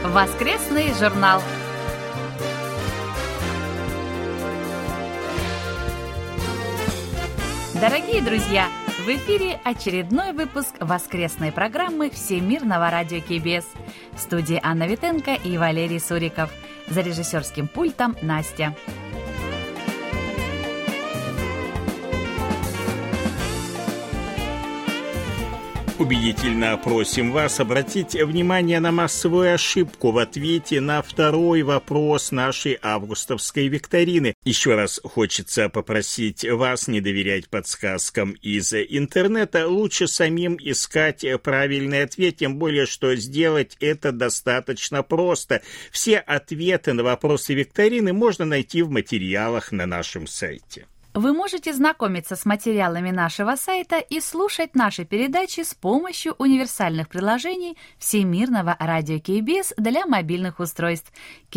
Воскресный журнал. Дорогие друзья, в эфире очередной выпуск воскресной программы Всемирного радио КБС. В студии Анна Витенко и Валерий Суриков. За режиссерским пультом Настя. Убедительно просим вас обратить внимание на массовую ошибку в ответе на второй вопрос нашей августовской викторины. Еще раз хочется попросить вас не доверять подсказкам из интернета. Лучше самим искать правильный ответ, тем более, что сделать это достаточно просто. Все ответы на вопросы викторины можно найти в материалах на нашем сайте. Вы можете знакомиться с материалами нашего сайта и слушать наши передачи с помощью универсальных приложений Всемирного радио КБС для мобильных устройств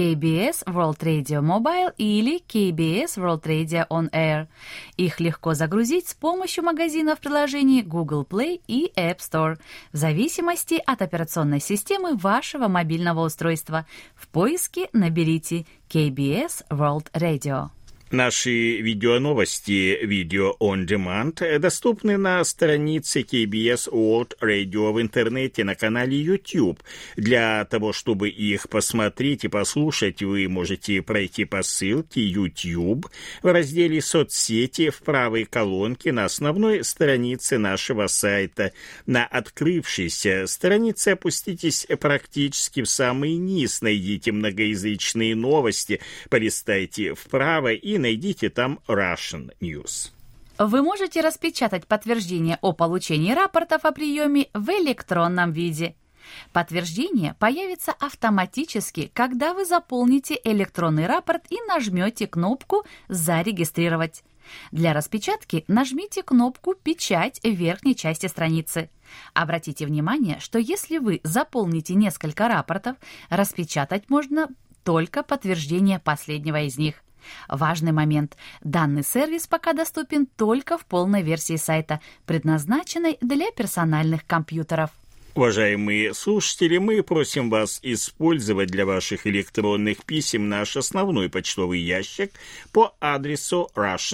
KBS World Radio Mobile или KBS World Radio On Air. Их легко загрузить с помощью магазинов приложений Google Play и App Store, в зависимости от операционной системы вашего мобильного устройства. В поиске наберите KBS World Radio. Наши видеоновости «Video on Demand» доступны на странице KBS World Radio в интернете на канале YouTube. Для того, чтобы их посмотреть и послушать, вы можете пройти по ссылке YouTube в разделе «Соцсети» в правой колонке на основной странице нашего сайта. На открывшейся странице опуститесь практически в самый низ, найдите многоязычные новости, полистайте вправо и найдите там Russian News. Вы можете распечатать подтверждение о получении рапортов о приеме в электронном виде. Подтверждение появится автоматически, когда вы заполните электронный рапорт и нажмете кнопку «Зарегистрировать». Для распечатки нажмите кнопку «Печать» в верхней части страницы. Обратите внимание, что если вы заполните несколько рапортов, распечатать можно только подтверждение последнего из них. Важный момент. Данный сервис пока доступен только в полной версии сайта, предназначенной для персональных компьютеров. Уважаемые слушатели, мы просим вас использовать для ваших электронных писем наш основной почтовый ящик по адресу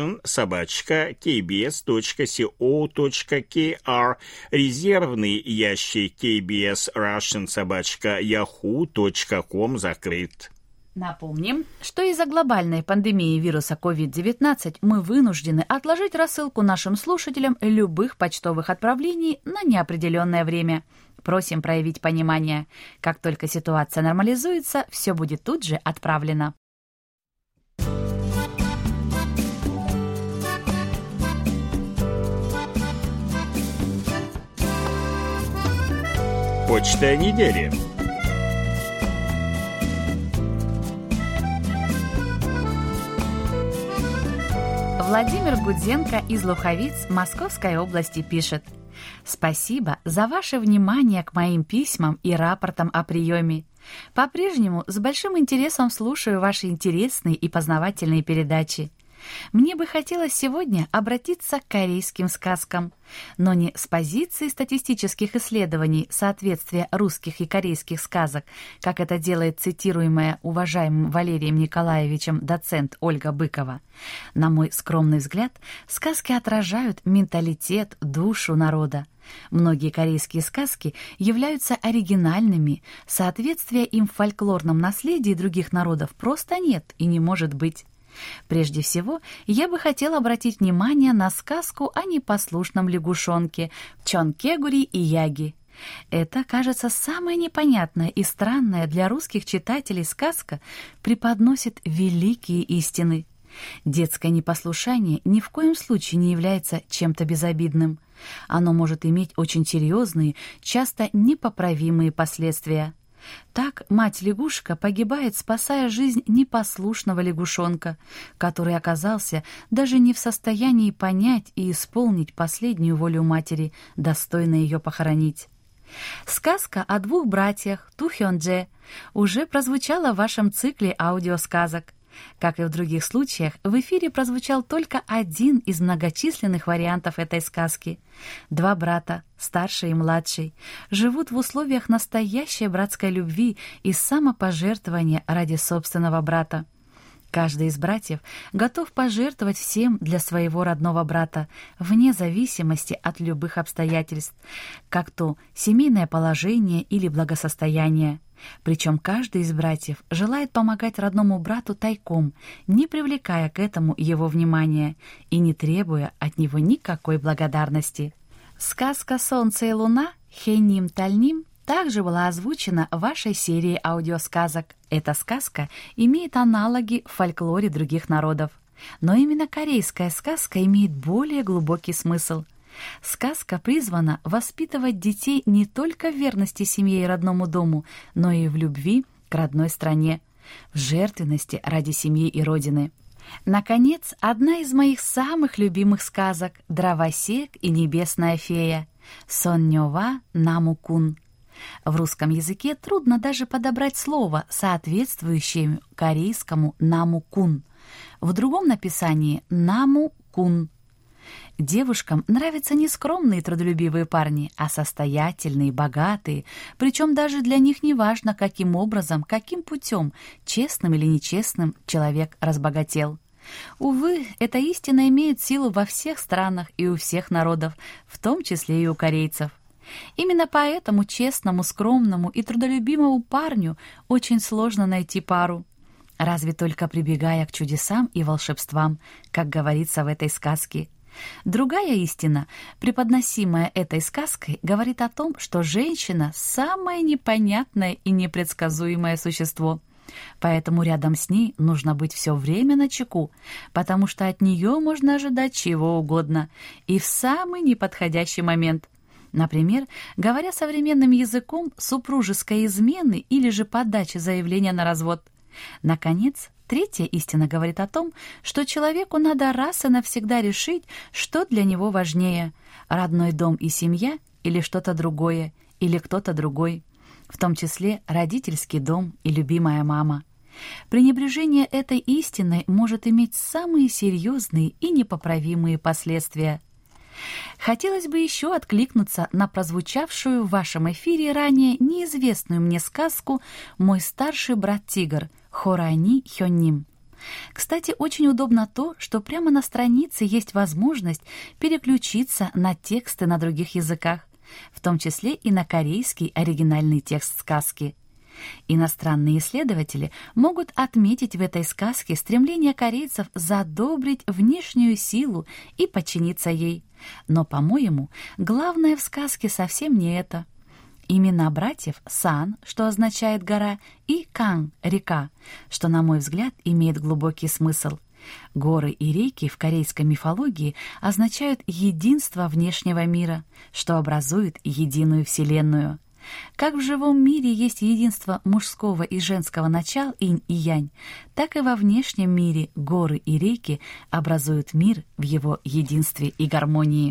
russian@kbs.co.kr, резервный ящик kbsrussian@yahoo.com закрыт. Напомним, что из-за глобальной пандемии вируса COVID-19 мы вынуждены отложить рассылку нашим слушателям любых почтовых отправлений на неопределенное время. Просим проявить понимание. Как только ситуация нормализуется, все будет тут же отправлено. Почта недели. Владимир Гудзенко из Луховиц Московской области пишет: «Спасибо за ваше внимание к моим письмам и рапортам о приеме. По-прежнему с большим интересом слушаю ваши интересные и познавательные передачи. Мне бы хотелось сегодня обратиться к корейским сказкам, но не с позиции статистических исследований соответствия русских и корейских сказок, как это делает цитируемая уважаемым Валерием Николаевичем доцент Ольга Быкова. На мой скромный взгляд, сказки отражают менталитет, душу народа. Многие корейские сказки являются оригинальными, соответствия им в фольклорном наследии других народов просто нет и не может быть. Прежде всего, я бы хотела обратить внимание на сказку о непослушном лягушонке Чонкегури и Яги. Это, кажется, самая непонятная и странная для русских читателей сказка преподносит великие истины. Детское непослушание ни в коем случае не является чем-то безобидным. Оно может иметь очень серьезные, часто непоправимые последствия. Так мать-лягушка погибает, спасая жизнь непослушного лягушонка, который оказался даже не в состоянии понять и исполнить последнюю волю матери, достойно ее похоронить. Сказка о двух братьях Тухёндже уже прозвучала в вашем цикле аудиосказок. Как и в других случаях, в эфире прозвучал только один из многочисленных вариантов этой сказки. Два брата, старший и младший, живут в условиях настоящей братской любви и самопожертвования ради собственного брата. Каждый из братьев готов пожертвовать всем для своего родного брата, вне зависимости от любых обстоятельств, как то семейное положение или благосостояние. Причем каждый из братьев желает помогать родному брату тайком, не привлекая к этому его внимания и не требуя от него никакой благодарности. Сказка «Солнце и луна» Хеним Тальним также была озвучена в вашей серии аудиосказок. Эта сказка имеет аналоги в фольклоре других народов. Но именно корейская сказка имеет более глубокий смысл. Сказка призвана воспитывать детей не только в верности семье и родному дому, но и в любви к родной стране, в жертвенности ради семьи и родины. Наконец, одна из моих самых любимых сказок «Дровосек и небесная фея» «Соннёва Намукун». В русском языке трудно даже подобрать слово, соответствующее корейскому «намукун». В другом написании «намукун». Девушкам нравятся не скромные трудолюбивые парни, а состоятельные, богатые, причем даже для них не важно, каким образом, каким путем, честным или нечестным, человек разбогател. Увы, эта истина имеет силу во всех странах и у всех народов, в том числе и у корейцев. Именно поэтому честному, скромному и трудолюбивому парню очень сложно найти пару. Разве только прибегая к чудесам и волшебствам, как говорится в этой сказке. Другая истина, преподносимая этой сказкой, говорит о том, что женщина – самое непонятное и непредсказуемое существо. Поэтому рядом с ней нужно быть все время начеку, потому что от нее можно ожидать чего угодно и в самый неподходящий момент. Например, говоря современным языком, супружеской измены или же подачи заявления на развод. Наконец, третья истина говорит о том, что человеку надо раз и навсегда решить, что для него важнее – родной дом и семья или что-то другое, или кто-то другой, в том числе родительский дом и любимая мама. Пренебрежение этой истиной может иметь самые серьезные и непоправимые последствия. Хотелось бы еще откликнуться на прозвучавшую в вашем эфире ранее неизвестную мне сказку «Мой старший брат Тигр» Хорани Хённим. Кстати, очень удобно то, что прямо на странице есть возможность переключиться на тексты на других языках, в том числе и на корейский оригинальный текст сказки. Иностранные исследователи могут отметить в этой сказке стремление корейцев задобрить внешнюю силу и подчиниться ей. Но, по-моему, главное в сказке совсем не это. Имена братьев Сан, что означает «гора», и Кан, река, что, на мой взгляд, имеет глубокий смысл. Горы и реки в корейской мифологии означают единство внешнего мира, что образует единую вселенную. Как в живом мире есть единство мужского и женского начал инь и янь, так и во внешнем мире горы и реки образуют мир в его единстве и гармонии.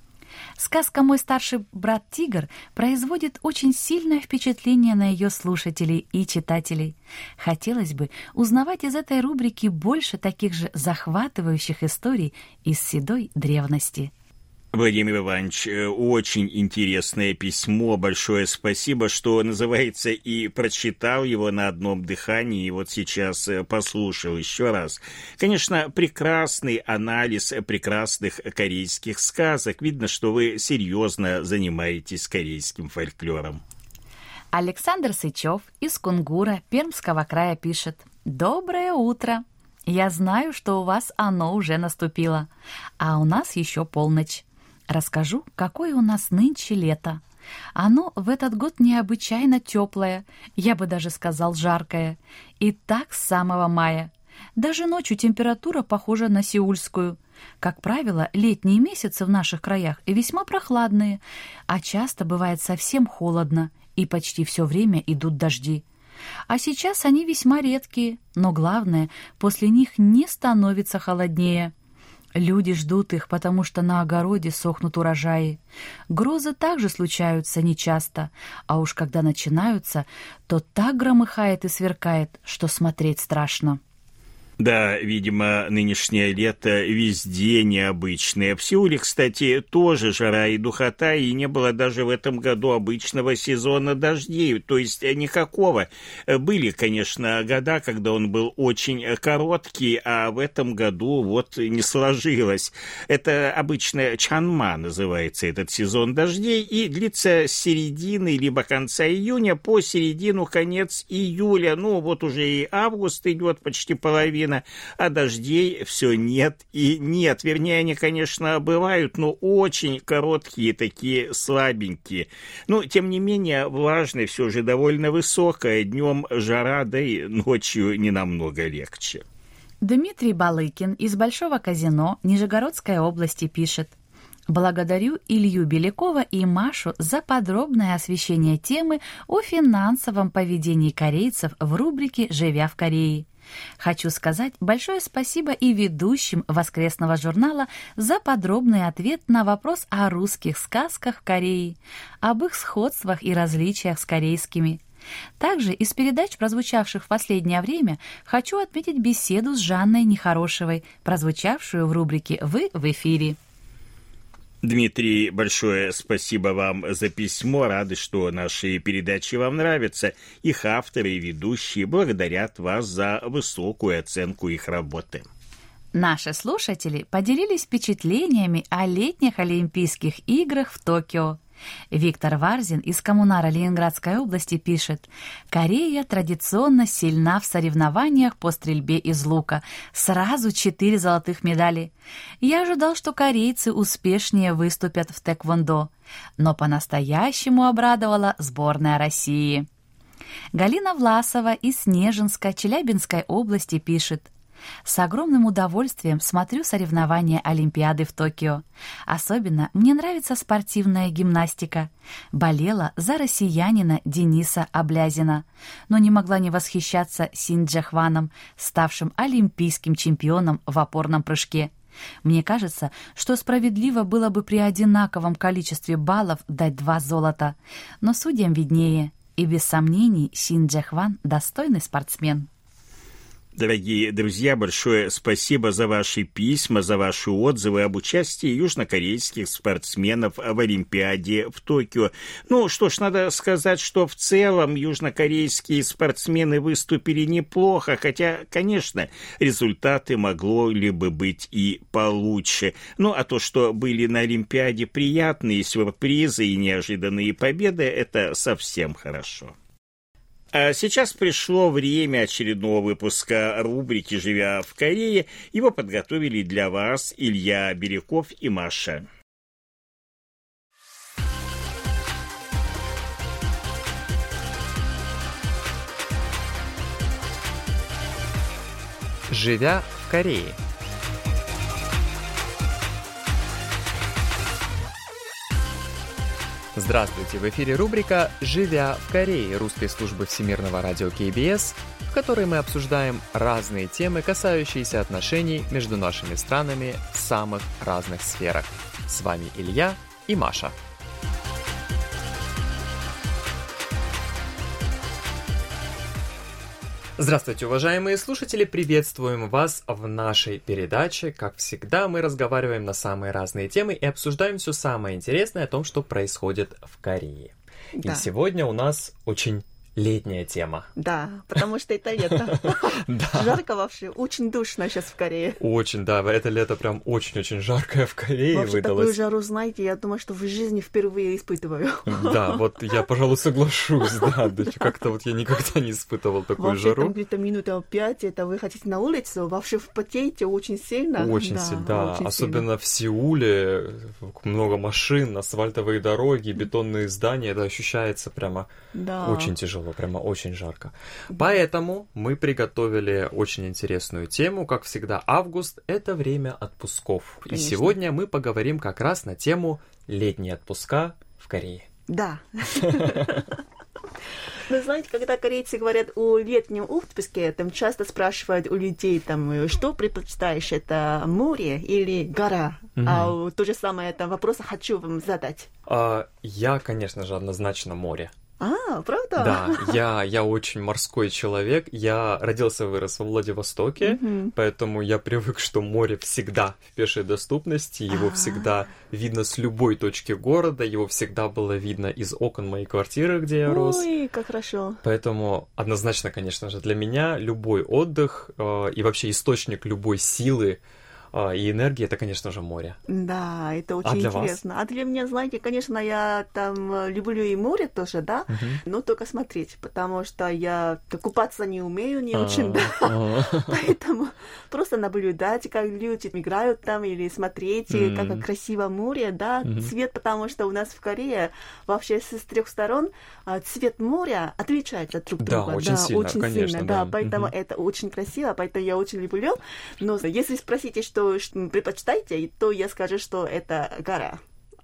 Сказка «Мой старший брат Тигр» производит очень сильное впечатление на ее слушателей и читателей. Хотелось бы узнавать из этой рубрики больше таких же захватывающих историй из седой древности. Владимир Иванович, очень интересное письмо, большое спасибо, что, называется, и прочитал его на одном дыхании, и вот сейчас послушал еще раз. Конечно, прекрасный анализ прекрасных корейских сказок. Видно, что вы серьезно занимаетесь корейским фольклором. Александр Сычев из Кунгура, Пермского края пишет: «Доброе утро! Я знаю, что у вас оно уже наступило, а у нас еще полночь. Расскажу, какое у нас нынче лето. Оно в этот год необычайно теплое, я бы даже сказал жаркое, и так с самого мая. Даже ночью температура похожа на сеульскую. Как правило, летние месяцы в наших краях весьма прохладные, а часто бывает совсем холодно, и почти все время идут дожди. А сейчас они весьма редкие, но главное, после них не становится холоднее. Люди ждут их, потому что на огороде сохнут урожаи. Грозы также случаются нечасто, а уж когда начинаются, то так громыхает и сверкает, что смотреть страшно». Да, видимо, нынешнее лето везде необычное. В Сеуле, кстати, тоже жара и духота, и не было даже в этом году обычного сезона дождей, то есть никакого. Были, конечно, года, когда он был очень короткий, а в этом году вот не сложилось. Это обычно Чанма называется этот сезон дождей, и длится с середины либо конца июня по середину, конец июля. Ну, вот уже и август идет, почти половина, а дождей все нет и нет. Вернее, они, конечно, бывают, но очень короткие, такие слабенькие. Но, тем не менее, влажность все же довольно высокая. Днем жара, да и ночью не намного легче. Дмитрий Балыкин из Большого Казино Нижегородской области пишет: «Благодарю Илью Белякова и Машу за подробное освещение темы о финансовом поведении корейцев в рубрике «Живя в Корее». Хочу сказать большое спасибо и ведущим воскресного журнала за подробный ответ на вопрос о русских сказках в Корее, об их сходствах и различиях с корейскими. Также из передач, прозвучавших в последнее время, хочу отметить беседу с Жанной Нехорошевой, прозвучавшую в рубрике «Вы в эфире». Дмитрий, большое спасибо вам за письмо. Рады, что наши передачи вам нравятся. Их авторы и ведущие благодарят вас за высокую оценку их работы. Наши слушатели поделились впечатлениями о летних Олимпийских играх в Токио. Виктор Варзин из Коммунара Ленинградской области пишет: «Корея традиционно сильна в соревнованиях по стрельбе из лука. Сразу 4 золотых медали. Я ожидал, что корейцы успешнее выступят в тэквондо, но по-настоящему обрадовала сборная России». Галина Власова из Снежинска Челябинской области пишет: «С огромным удовольствием смотрю соревнования Олимпиады в Токио. Особенно мне нравится спортивная гимнастика. Болела за россиянина Дениса Облязина, но не могла не восхищаться Син Джехваном, ставшим олимпийским чемпионом в опорном прыжке. Мне кажется, что справедливо было бы при одинаковом количестве баллов дать 2 золота, но судьям виднее, и без сомнений Син Джехван достойный спортсмен». Дорогие друзья, большое спасибо за ваши письма, за ваши отзывы об участии южнокорейских спортсменов в Олимпиаде в Токио. Ну что ж, надо сказать, что в целом южнокорейские спортсмены выступили неплохо, хотя, конечно, результаты могло ли бы быть и получше. Ну а то, что были на Олимпиаде приятные сюрпризы и неожиданные победы, это совсем хорошо. А сейчас пришло время очередного выпуска рубрики «Живя в Корее». Его подготовили для вас Илья Беляков и Маша. «Живя в Корее». Здравствуйте! В эфире рубрика «Живя в Корее» русской службы Всемирного радио КБС, в которой мы обсуждаем разные темы, касающиеся отношений между нашими странами в самых разных сферах. С вами Илья и Маша. Здравствуйте, уважаемые слушатели! Приветствуем вас в нашей передаче. Как всегда, мы разговариваем на самые разные темы и обсуждаем все самое интересное о том, что происходит в Корее. Да. И сегодня у нас очень летняя тема. Да, потому что это лето. Жарко вообще, очень душно сейчас в Корее. Очень, да, это лето прям очень-очень жаркое в Корее вообще выдалось. Такую жару, знаете, я думаю, что в жизни впервые испытываю. Да, вот я, пожалуй, соглашусь, да, как-то вот я никогда не испытывал такую вообще, жару. Там где-то минута 5, это вы хотите на улицу, вообще потеете очень сильно. Очень сильно, да, особенно в Сеуле, много машин, асфальтовые дороги, бетонные здания, это ощущается прямо очень тяжело. Прямо очень жарко. Поэтому мы приготовили очень интересную тему. Как всегда, август — это время отпусков. Конечно. И сегодня мы поговорим как раз на тему летние отпуска в Корее. Да. Вы знаете, когда корейцы говорят о летнем отпуске, там часто спрашивают у людей, там, что предпочитаешь, это море или гора? То же самое там вопрос хочу вам задать. Я, конечно же, однозначно море. А, правда? Да, я очень морской человек. Я родился и вырос во Владивостоке, поэтому я привык, что море всегда в пешей доступности, его всегда видно с любой точки города, его всегда было видно из окон моей квартиры, где я рос. Ой, как хорошо. Поэтому однозначно, конечно же, для меня любой отдых и вообще источник любой силы и энергии — это, конечно же, море. Да, это очень интересно. А для меня, знаете, конечно, я там люблю и море тоже, да, но только смотреть, потому что я купаться не умею, не очень, да. Поэтому просто наблюдать, как люди играют там, или смотреть, как красиво море, да, цвет, потому что у нас в Корее вообще с 3 сторон цвет моря отличается друг от друга. Да, очень сильно, конечно, да. Поэтому это очень красиво, поэтому я очень люблю. Но если спросите, что предпочитаете, то я скажу, что это гора.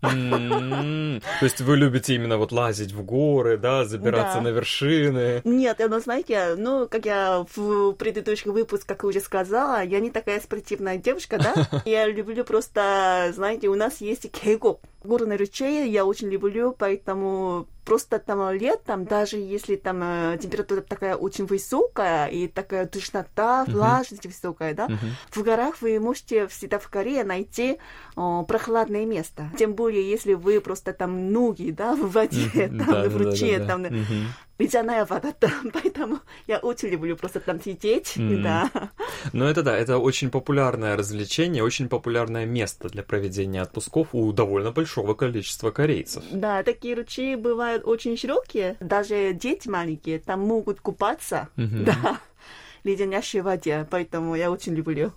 То есть вы любите именно вот лазить в горы, да, забираться на вершины? Нет, но знаете, как я в предыдущих выпусках уже сказала, я не такая спортивная девушка, да? Я люблю просто, знаете, у нас есть 계곡, горный ручей, я очень люблю, поэтому просто там летом, даже если там температура такая очень высокая и такая душнота, влажность высокая, да, в горах вы можете всегда в Корее найти прохладное место. Тем более, если вы просто там ноги, да, в воде, там, в ручье, там, ледяная вода там, поэтому я очень люблю просто там сидеть, да. Ну это да, это очень популярное развлечение, очень популярное место для проведения отпусков у довольно большого количества корейцев. Да, такие ручьи бывают очень широкие, даже дети маленькие там могут купаться, да. Леденящей воде, поэтому я очень люблю.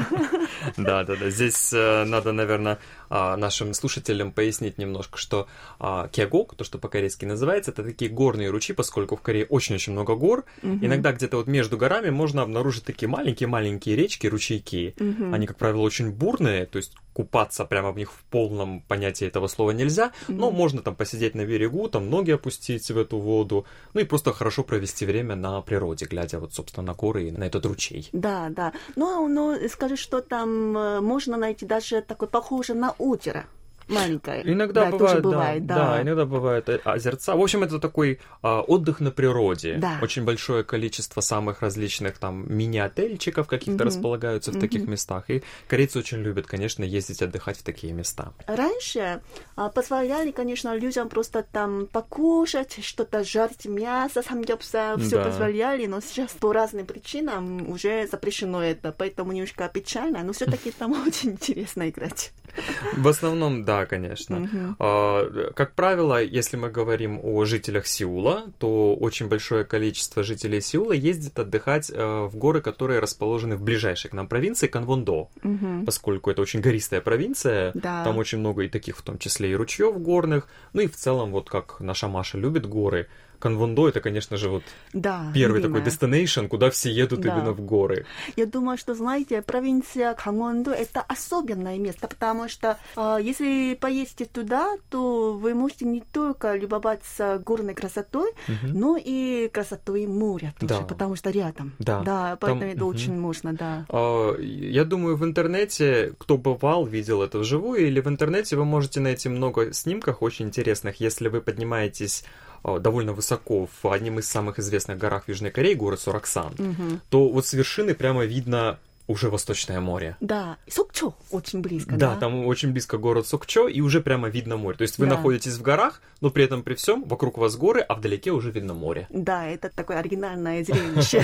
Да. Здесь надо, наверное, нашим слушателям пояснить немножко, что 계곡, то, что по-корейски называется, это такие горные ручьи, поскольку в Корее очень-очень много гор. Иногда где-то вот между горами можно обнаружить такие маленькие-маленькие речки, ручейки. Они, как правило, очень бурные, то есть купаться прямо в них в полном понятии этого слова нельзя, но можно там посидеть на берегу, там ноги опустить в эту воду, ну и просто хорошо провести время на природе, глядя вот, собственно, на горы и на этот ручей. Да. Но скажи, что там можно найти даже такой похожий на озеро. Маленькая. Иногда бывает, да. Иногда бывают озерца. В общем, это такой отдых на природе. Да. Очень большое количество самых различных там мини-отельчиков каких-то располагаются в таких местах. И корейцы очень любят, конечно, ездить отдыхать в такие места. Раньше позволяли, конечно, людям просто там покушать, что-то жарить мясо, самгёпсал, все позволяли, но сейчас по разным причинам уже запрещено это, поэтому немножко печально, но все-таки там очень интересно играть. В основном, да, конечно. Как правило, если мы говорим о жителях Сеула, то очень большое количество жителей Сеула ездит отдыхать в горы, которые расположены в ближайшей к нам провинции Кангвон-до, поскольку это очень гористая провинция, там очень много и таких, в том числе и ручьев горных, ну и в целом, вот как наша Маша любит горы, Кангвон-до — это, конечно же, вот первый такой destination, куда все едут именно в горы. Я думаю, что, знаете, провинция Кангвон-до — это особенное место, потому что если поедете туда, то вы можете не только любоваться горной красотой, но и красотой моря тоже, потому что рядом. Да, поэтому там, это очень можно, да. Я думаю, в интернете, кто бывал, видел это вживую, или в интернете вы можете найти много снимков очень интересных, если вы поднимаетесь довольно высоко в одном из самых известных горах в Южной Корее, город Сораксан, то вот с вершины прямо видно уже Восточное море. Да, Сокчо очень близко, да? Да, там очень близко город Сокчо, и уже прямо видно море. То есть вы находитесь в горах, но при этом при всем вокруг вас горы, а вдалеке уже видно море. Да, это такое оригинальное зрелище.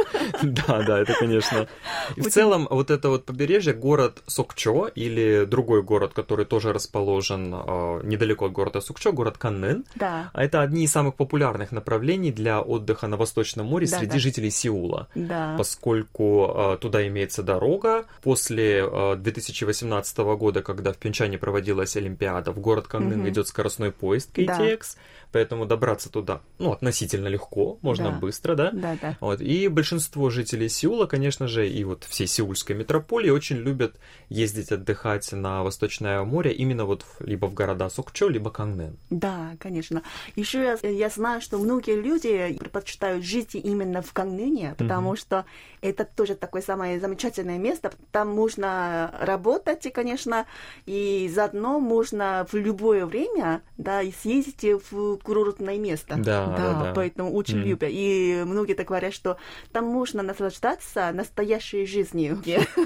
Да, это, конечно. И в целом, вот это вот побережье, город Сокчо, или другой город, который тоже расположен недалеко от города Сокчо, город Каннын, это одни из самых популярных направлений для отдыха на Восточном море среди жителей Сеула. Поскольку туда имеется дорога. После 2018 года, когда в Пхенчхане проводилась Олимпиада, в город Каннын идет скоростной поезд KTX, поэтому добраться туда, относительно легко, можно быстро, да? Вот. И большинство жителей Сеула, конечно же, и вот всей сеульской метрополии очень любят ездить отдыхать на Восточное море именно вот либо в города Сокчо, либо Каннын. Да, конечно. Еще я знаю, что многие люди предпочитают жить именно в Канныне, потому что это тоже такое самое замечательное место. Там можно работать, конечно, и заодно можно в любое время, съездить курортное место. Да. Поэтому очень любят. И многие так говорят, что там можно наслаждаться настоящей жизнью.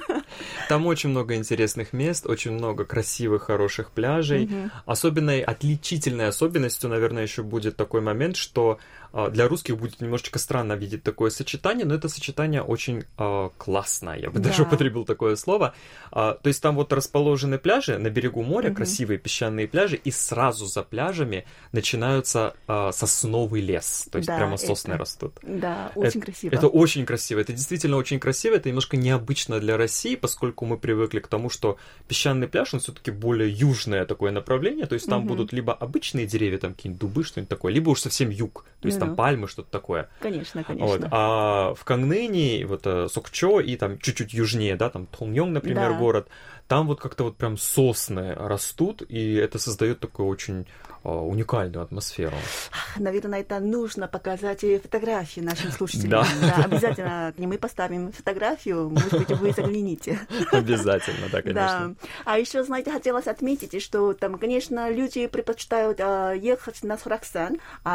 Там очень много интересных мест, очень много красивых, хороших пляжей. Особенной, отличительной особенностью, наверное, еще будет такой момент, что для русских будет немножечко странно видеть такое сочетание, но это сочетание очень классное, я бы даже употребил такое слово. То есть там вот расположены пляжи на берегу моря, красивые песчаные пляжи, и сразу за пляжами начинаются сосновый лес, то есть прямо сосны растут. Да, очень красиво. Это очень красиво, это действительно очень красиво, это немножко необычно для России, поскольку мы привыкли к тому, что песчаный пляж, он все-таки более южное такое направление, то есть там будут либо обычные деревья, там какие-нибудь дубы, что-нибудь такое, либо уж совсем юг, то есть там пальмы, что-то такое. Конечно. Вот. А в Кангныне, вот Сокчо и там чуть-чуть южнее, да, там Тонgyong, например, город, там вот как-то вот прям сосны растут, и это создает такую очень уникальную атмосферу. Наверное, это нужно показать фотографии нашим слушателям. Да, обязательно мы поставим фотографию, может быть, вы загляните. Обязательно, да, конечно. Да. А еще, знаете, хотелось отметить, что там, конечно, люди предпочитают ехать на Сураксан,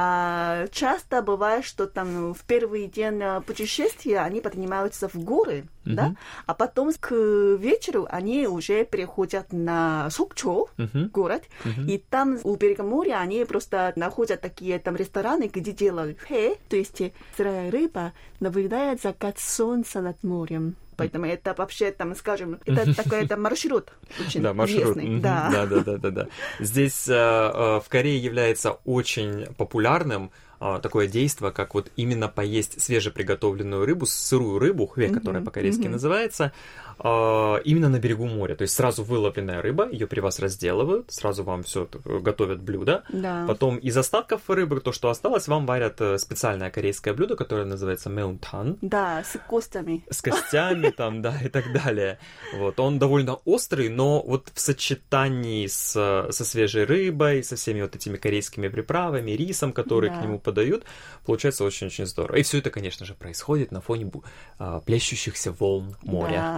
а часто бывает, что там в первый день путешествия они поднимаются в горы, да, а потом к вечеру они уже переходят на Сокчо, город, и там у берега моря они просто находят такие там рестораны, где делают хэ, то есть сырая рыба, наблюдает закат солнца над морем. Поэтому это вообще, там, скажем, это такой маршрут очень известный. Да. Здесь в Корее является очень популярным такое действие, как вот именно поесть свежеприготовленную рыбу, сырую рыбу, хве, которая по-корейски называется, именно на берегу моря. То есть сразу выловленная рыба, ее при вас разделывают, сразу вам все готовят блюдо. Да. Потом из остатков рыбы, то, что осталось, вам варят специальное корейское блюдо, которое называется мэунтан. Да, с костями. С костями там, да, и так далее. Вот. Он довольно острый, но вот в сочетании со свежей рыбой, со всеми вот этими корейскими приправами, рисом, который к нему подают, получается очень-очень здорово. И все это, конечно же, происходит на фоне плещущихся волн моря.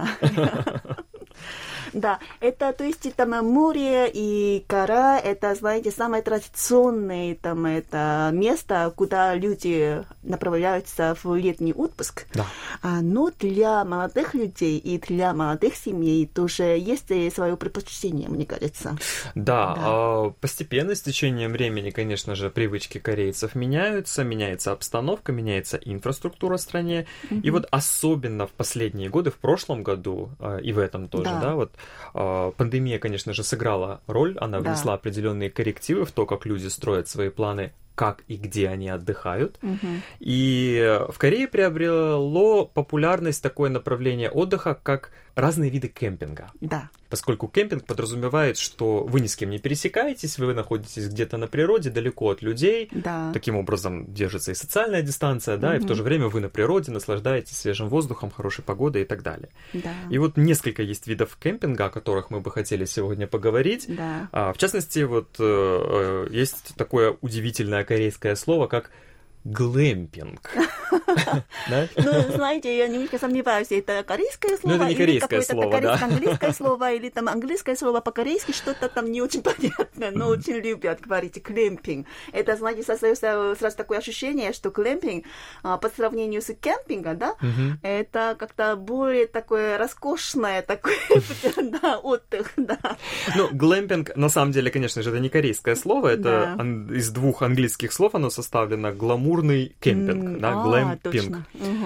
Да, это, то есть, там море и гора, это, знаете, самое традиционное там это место, куда люди направляются в летний отпуск. Да. Но для молодых людей и для молодых семей тоже есть свое предпочтение, мне кажется. Да. Постепенно, с течением времени, конечно же, привычки корейцев меняются, меняется обстановка, меняется инфраструктура в стране. И вот особенно в последние годы, в прошлом году и в этом тоже, да, вот пандемия, конечно же, сыграла роль, она внесла определенные коррективы в то, как люди строят свои планы, как и где они отдыхают. И в Корее приобрело популярность такое направление отдыха, как разные виды кемпинга. Да. Поскольку кемпинг подразумевает, что вы ни с кем не пересекаетесь, вы находитесь где-то на природе, далеко от людей. Да. Таким образом держится и социальная дистанция, да, и в то же время вы на природе наслаждаетесь свежим воздухом, хорошей погодой и так далее. Да. И вот несколько есть видов кемпинга, о которых мы бы хотели сегодня поговорить. Да. В частности, вот есть такое удивительное корейское слово, как глэмпинг. Ну, знаете, я немножко сомневаюсь, это корейское слово, это не корейское слово, да. английское слово, или там английское слово по-корейски, что-то там не очень понятно, но очень любят говорить глэмпинг. Это, знаете, создается сразу такое ощущение, что глэмпинг по сравнению с кемпингом, да, это как-то более такое роскошное, такое, да, отдых, да. Ну, глэмпинг, на самом деле, конечно же, это не корейское слово, это из двух английских слов оно составлено, гламурный кемпинг, да, глэмпинг.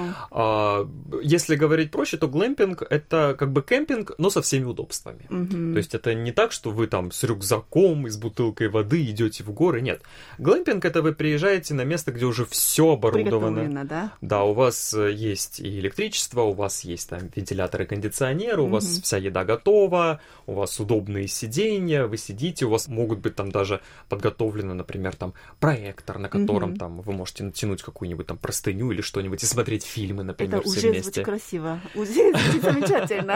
Если говорить проще, то глэмпинг — это как бы кемпинг, но со всеми удобствами. То есть это не так, что вы там с рюкзаком и с бутылкой воды идете в горы, нет. Глэмпинг — это вы приезжаете на место, где уже все оборудовано. Да? Да, у вас есть и электричество, у вас есть там вентиляторы, кондиционеры, у вас вся еда готова, у вас удобные сиденья, вы сидите, у вас могут быть там даже подготовлены, например, там проектор, на котором там вы можете можете натянуть какую-нибудь там простыню или что-нибудь и смотреть фильмы, например, это все уже вместе. Звучит красиво. Уже звучит замечательно.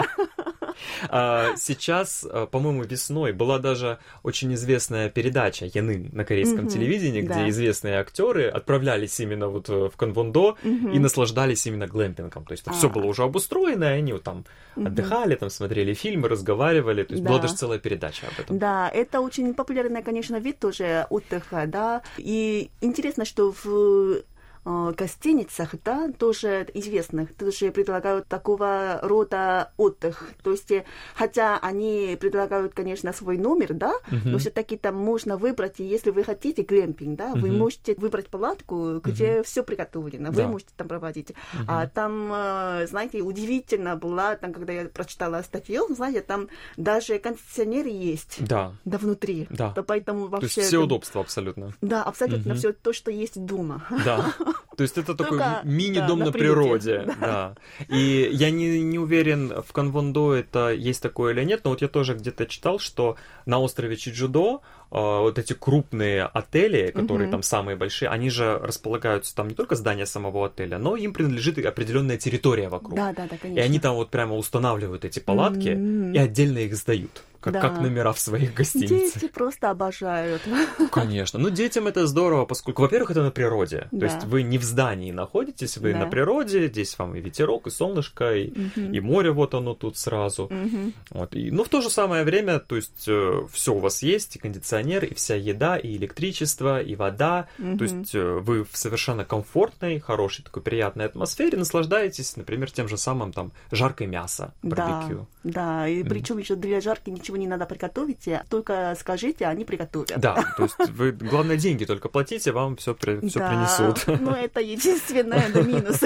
Сейчас, по-моему, весной была даже очень известная передача «Янын» на корейском телевидении, где известные актеры отправлялись именно вот в Канвондо и наслаждались именно глэмпингом. То есть все было уже обустроено, и они вот там отдыхали, там смотрели фильмы, разговаривали. То есть была даже целая передача об этом. Да, это очень популярный, конечно, вид тоже отдыха, да. И интересно, что в гостиницах, да, тоже известных, тоже предлагают такого рода отдых. То есть, хотя они предлагают, конечно, свой номер, да, но все-таки там можно выбрать, и если вы хотите глэмпинг, да, вы можете выбрать палатку, где все приготовлено, вы можете там проводить. А там, знаете, удивительно было, там, когда я прочитала статью, знаете, там даже кондиционер есть. Да. Да, внутри. Да. Да, поэтому вообще... То есть все удобства абсолютно. Да, абсолютно все то, что есть дома. Да. То есть это такой мини-дом на природе. Да. И я не уверен, в Канвондо это есть такое или нет, но вот я тоже где-то читал, что на острове Чеджудо вот эти крупные отели, которые там самые большие, они же располагаются там не только здание самого отеля, но им принадлежит определенная территория вокруг. Да, конечно. И они там вот прямо устанавливают эти палатки и отдельно их сдают. Как номера в своих гостиницах. Дети просто обожают. Конечно. Ну, детям это здорово, поскольку, во-первых, это на природе. То есть вы не в здании находитесь, вы на природе, здесь вам и ветерок, и солнышко, и море вот оно тут сразу. Вот. Но в то же самое время, то есть все у вас есть, и кондиционер, и вся еда, и электричество, и вода. То есть вы в совершенно комфортной, хорошей, такой приятной атмосфере наслаждаетесь, например, тем же самым там жаркое мясо, барбекю. Да, и причем еще для жарки ничего не надо приготовить, только скажите, они приготовят. Да, то есть вы, главное, деньги только платите, вам все принесут. Ну, это единственное минус,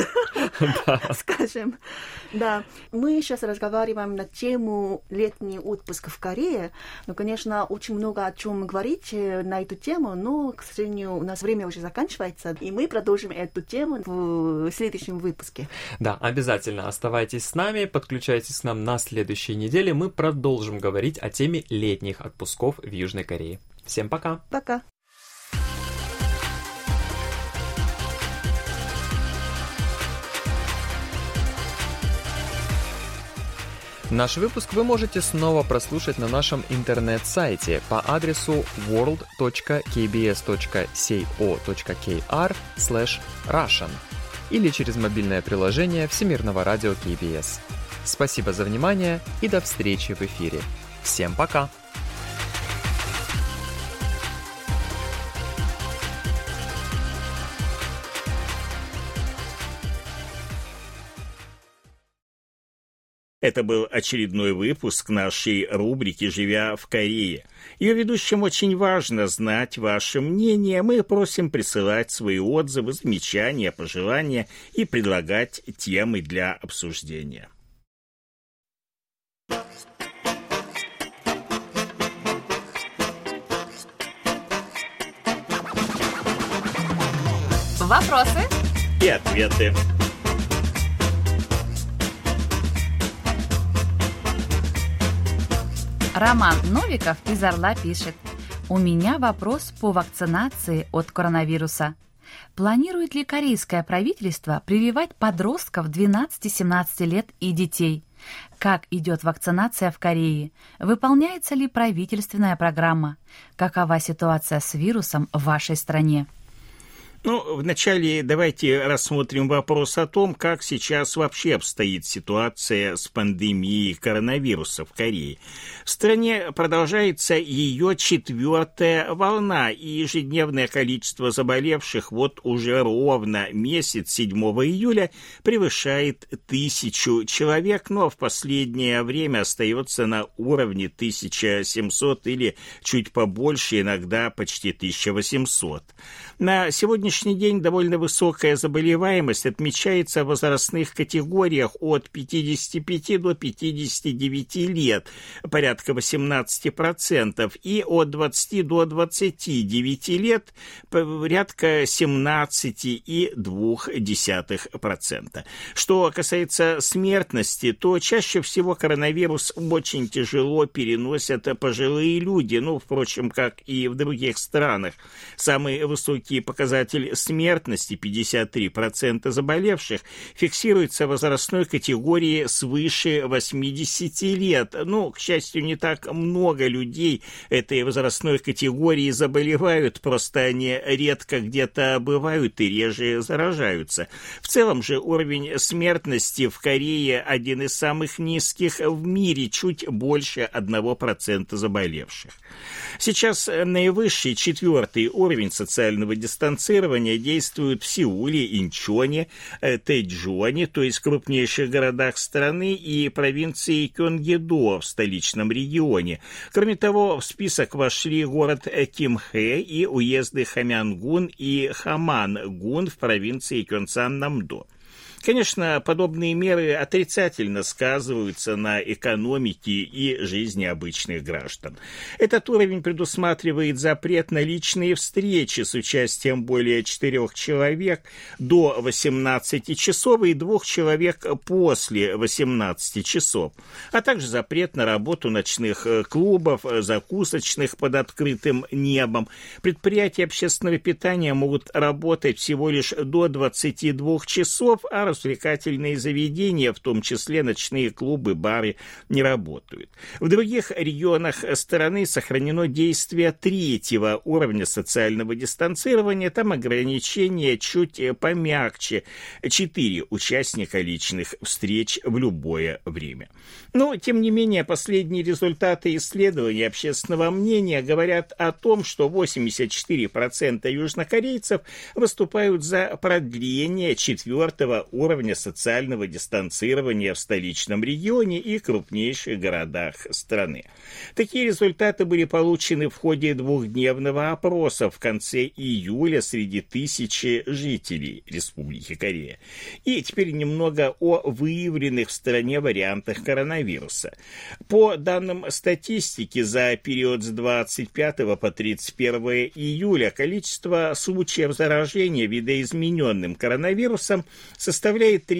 скажем. Да, мы сейчас разговариваем на тему летний отпуск в Корее, но, конечно, очень много о чем говорить на эту тему, но, к сожалению, у нас время уже заканчивается, и мы продолжим эту тему в следующем выпуске. Да, обязательно оставайтесь с нами, подключайтесь к нам на следующей неделе, мы продолжим говорить о теме летних отпусков в Южной Корее. Всем пока! Пока! Наш выпуск вы можете снова прослушать на нашем интернет-сайте по адресу world.kbs.co.kr/russian или через мобильное приложение Всемирного радио KBS. Спасибо за внимание и до встречи в эфире. Всем пока! Это был очередной выпуск нашей рубрики «Живя в Корее». Ее ведущим очень важно знать ваше мнение. Мы просим присылать свои отзывы, замечания, пожелания и предлагать темы для обсуждения. Вопросы и ответы. Роман Новиков из Орла пишет: «У меня вопрос по вакцинации от коронавируса. Планирует ли корейское правительство прививать подростков 12-17 лет и детей? Как идет вакцинация в Корее? Выполняется ли правительственная программа? Какова ситуация с вирусом в вашей стране?» Ну, вначале давайте рассмотрим вопрос о том, как сейчас вообще обстоит ситуация с пандемией коронавируса в Корее. В стране продолжается ее 4-я волна, и ежедневное количество заболевших вот уже ровно месяц, 7 июля, превышает 1000 человек, но в последнее время остается на уровне 1700 или чуть побольше, иногда почти 1800. На сегодняшний день довольно высокая заболеваемость отмечается в возрастных категориях от 55 до 59 лет, порядка 18%, и от 20 до 29 лет, порядка 17,2%. Что касается смертности, то чаще всего коронавирус очень тяжело переносят пожилые люди, впрочем, как и в других странах. Самый высокий показатель показатель смертности 53% заболевших фиксируется в возрастной категории свыше 80 лет. К счастью, не так много людей этой возрастной категории заболевают, просто они редко где-то бывают и реже заражаются. В целом же уровень смертности в Корее один из самых низких в мире, чуть больше 1% заболевших. Сейчас наивысший 4-й уровень социального дистанцирования действует в Сеуле, Инчоне, Тэджоне, то есть крупнейших городах страны, и провинции Кёнгидо в столичном регионе. Кроме того, в список вошли город Кимхэ и уезды Хамянгун и Хамангун в провинции Кёнсан-Намдо. Конечно, подобные меры отрицательно сказываются на экономике и жизни обычных граждан. Этот уровень предусматривает запрет на личные встречи с участием более 4 человек до 18 часов и 2 человек после 18 часов, а также запрет на работу ночных клубов, закусочных под открытым небом. Предприятия общественного питания могут работать всего лишь до 22 часов, а развлекательные заведения, в том числе ночные клубы, бары, не работают. В других регионах страны сохранено действие 3-го уровня социального дистанцирования. Там ограничения чуть помягче. 4 участника личных встреч в любое время. Но, тем не менее, последние результаты исследований общественного мнения говорят о том, что 84% южнокорейцев выступают за продление 4-го уровня социального дистанцирования в столичном регионе и крупнейших городах страны. Такие результаты были получены в ходе 2-дневного опроса в конце июля среди 1000 жителей Республики Корея. И теперь немного о выявленных в стране вариантах коронавируса. По данным статистики, за период с 25 по 31 июля количество случаев заражения видоизмененным коронавирусом составляет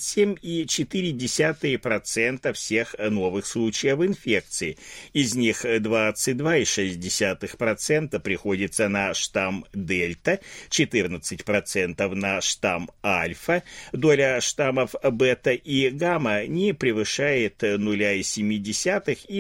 37,4% всех новых случаев инфекции. Из них 22,6% приходится на штамм Дельта, 14% на штамм Альфа. Доля штаммов Бета и Гамма не превышает 0,7 и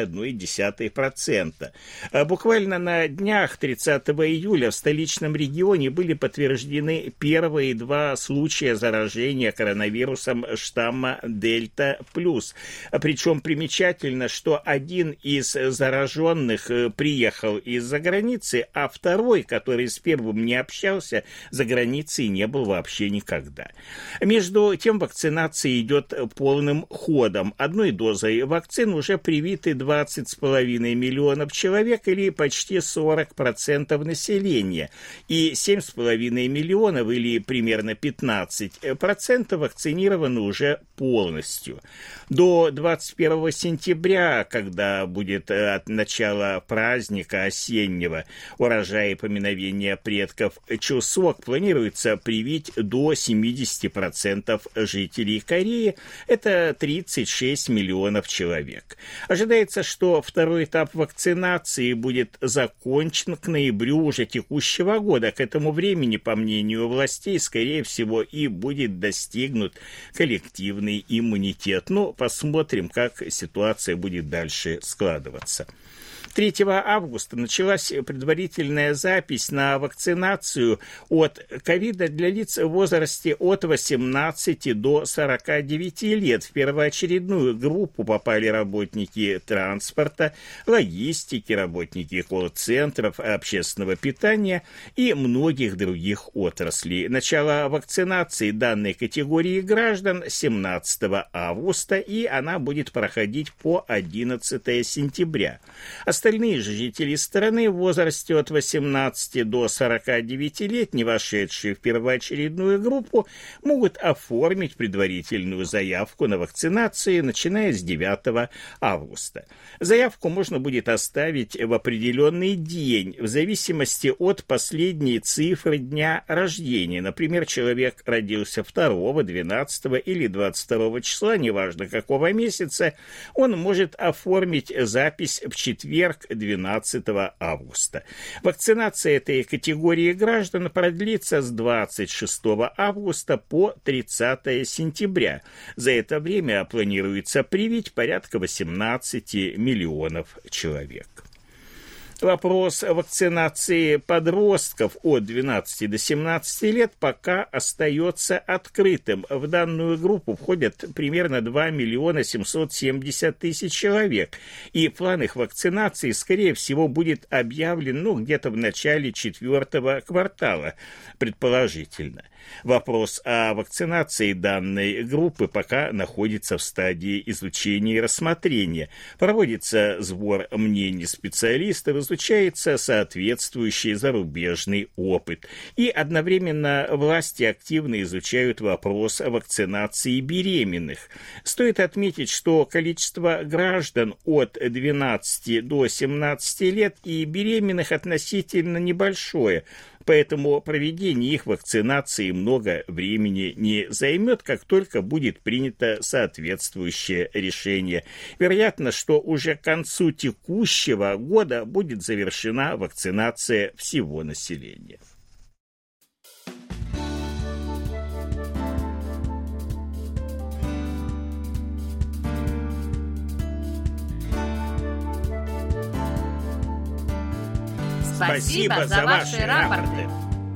0,1%. Буквально на днях 30 июля в столичном регионе были подтверждены первые 2 случая заражения коронавирусом штамма Дельта+. Причем примечательно, что один из зараженных приехал из-за границы, а второй, который с первым не общался, за границей не был вообще никогда. Между тем, вакцинация идет полным ходом. Одной дозой вакцин уже привиты 20,5 миллионов человек, или почти 40% населения, и 7,5 миллионов, или примерно 15%, вакцинированы уже полностью. До 21 сентября, когда будет от начала праздника осеннего, урожая и поминовения предков Чусок, планируется привить до 70% жителей Кореи. Это 36 миллионов человек. Ожидается, что 2-й этап вакцинации будет закончен к ноябрю уже текущего года. К этому времени, по мнению властей, скорее всего, и будет достигнут коллективный иммунитет. Но посмотрим, как ситуация будет дальше складываться. 3 августа началась предварительная запись на вакцинацию от ковида для лиц в возрасте от 18 до 49 лет. В первоочередную группу попали работники транспорта, логистики, работники колл-центров, общественного питания и многих других отраслей. Начало вакцинации данной категории граждан 17 августа, и она будет проходить по 11 сентября. Остальные же жители страны в возрасте от 18 до 49 лет, не вошедшие в первоочередную группу, могут оформить предварительную заявку на вакцинацию, начиная с 9 августа. Заявку можно будет оставить в определенный день, в зависимости от последней цифры дня рождения. Например, человек родился 2, 12 или 22 числа, неважно какого месяца, он может оформить запись в четверг 12 августа. Вакцинация этой категории граждан продлится с 26 августа по 30 сентября. За это время планируется привить порядка 18 миллионов человек. Вопрос вакцинации подростков от 12 до 17 лет пока остается открытым. В данную группу входят примерно 2 миллиона 770 тысяч человек, и план их вакцинации, скорее всего, будет объявлен где-то в начале 4-го квартала, предположительно. Вопрос о вакцинации данной группы пока находится в стадии изучения и рассмотрения. Проводится сбор мнений специалистов, изучается соответствующий зарубежный опыт. И одновременно власти активно изучают вопрос вакцинации беременных. Стоит отметить, что количество граждан от 12 до 17 лет и беременных относительно небольшое. Поэтому проведение их вакцинации много времени не займет, как только будет принято соответствующее решение. Вероятно, что уже к концу текущего года будет завершена вакцинация всего населения. Спасибо за ваши рапорты.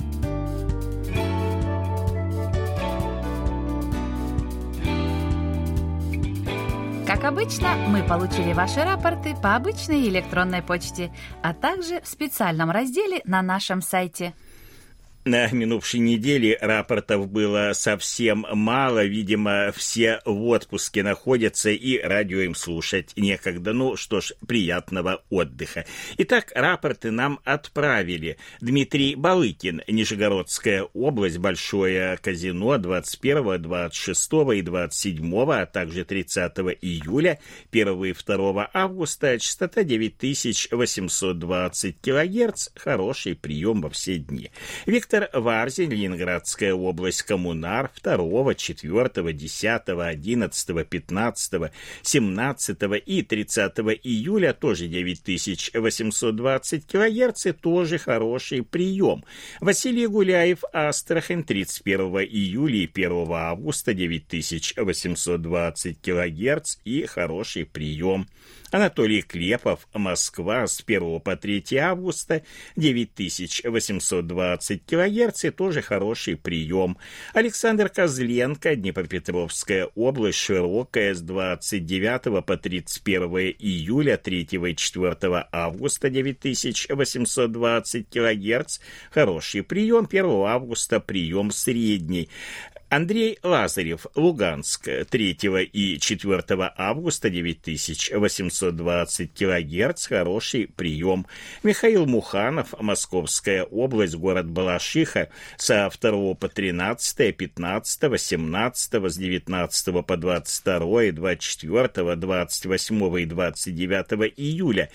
Как обычно, мы получили ваши рапорты по обычной электронной почте, а также в специальном разделе на нашем сайте. На минувшей неделе рапортов было совсем мало, видимо, все в отпуске находятся и радио им слушать некогда. Ну что ж, приятного отдыха. Итак, рапорты нам отправили. Дмитрий Балыкин, Нижегородская область, Большое казино, 21, 26 и 27, а также 30 июля, 1 и 2 августа, частота 9820 кГц, хороший прием во все дни. Виктор Варзин, Ленинградская область, Коммунар, 2, 4, 10, 11, 15, 17 и 30 июля, тоже 9820 кГц, тоже хороший прием. Василий Гуляев, Астрахань, 31 июля и 1 августа, 9820 кГц и хороший прием. Анатолий Клепов, Москва, с 1 по 3 августа, 9820 кГц, тоже хороший прием. Александр Козленко, Днепропетровская область, Широкая, с 29 по 31 июля, 3 и 4 августа, 9820 кГц, хороший прием. 1 августа прием средний. Андрей Лазарев, Луганск, 3 и 4 августа, 9820 кГц, хороший прием. Михаил Муханов, Московская область, город Балашиха, со 2 по 13, 15, 17, с 19 по 22, 24, 28 и 29 июля,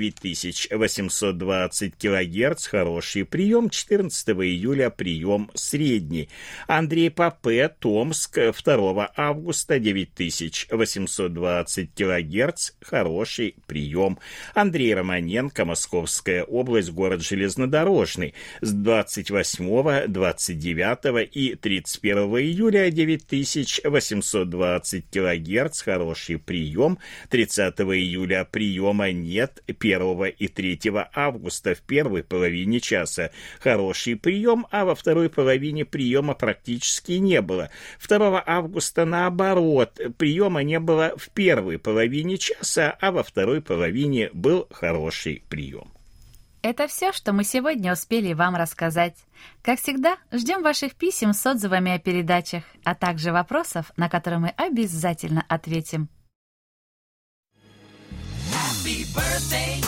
9820 кГц, хороший прием. 14 июля прием средний. Андрей Попе, Томск, 2 августа, 9820 кГц, хороший прием. Андрей Романенко, Московская область, город Железнодорожный, с 28, 29 и 31 июля, 9820 кГц, хороший прием. 30 июля приема нет. 1 и 3 августа в первой половине часа хороший прием, а во второй половине приема практически не было. 2 августа, наоборот, приема не было в первой половине часа, а во второй половине был хороший прием. Это все, что мы сегодня успели вам рассказать. Как всегда, ждем ваших писем с отзывами о передачах, а также вопросов, на которые мы обязательно ответим. Happy birthday.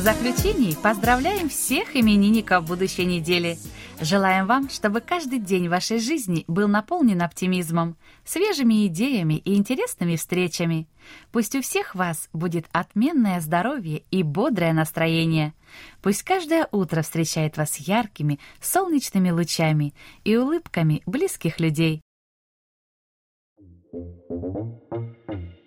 заключении поздравляем всех именинников будущей недели. Желаем вам, чтобы каждый день вашей жизни был наполнен оптимизмом, свежими идеями и интересными встречами. Пусть у всех вас будет отменное здоровье и бодрое настроение. Пусть каждое утро встречает вас яркими, солнечными лучами и улыбками близких людей.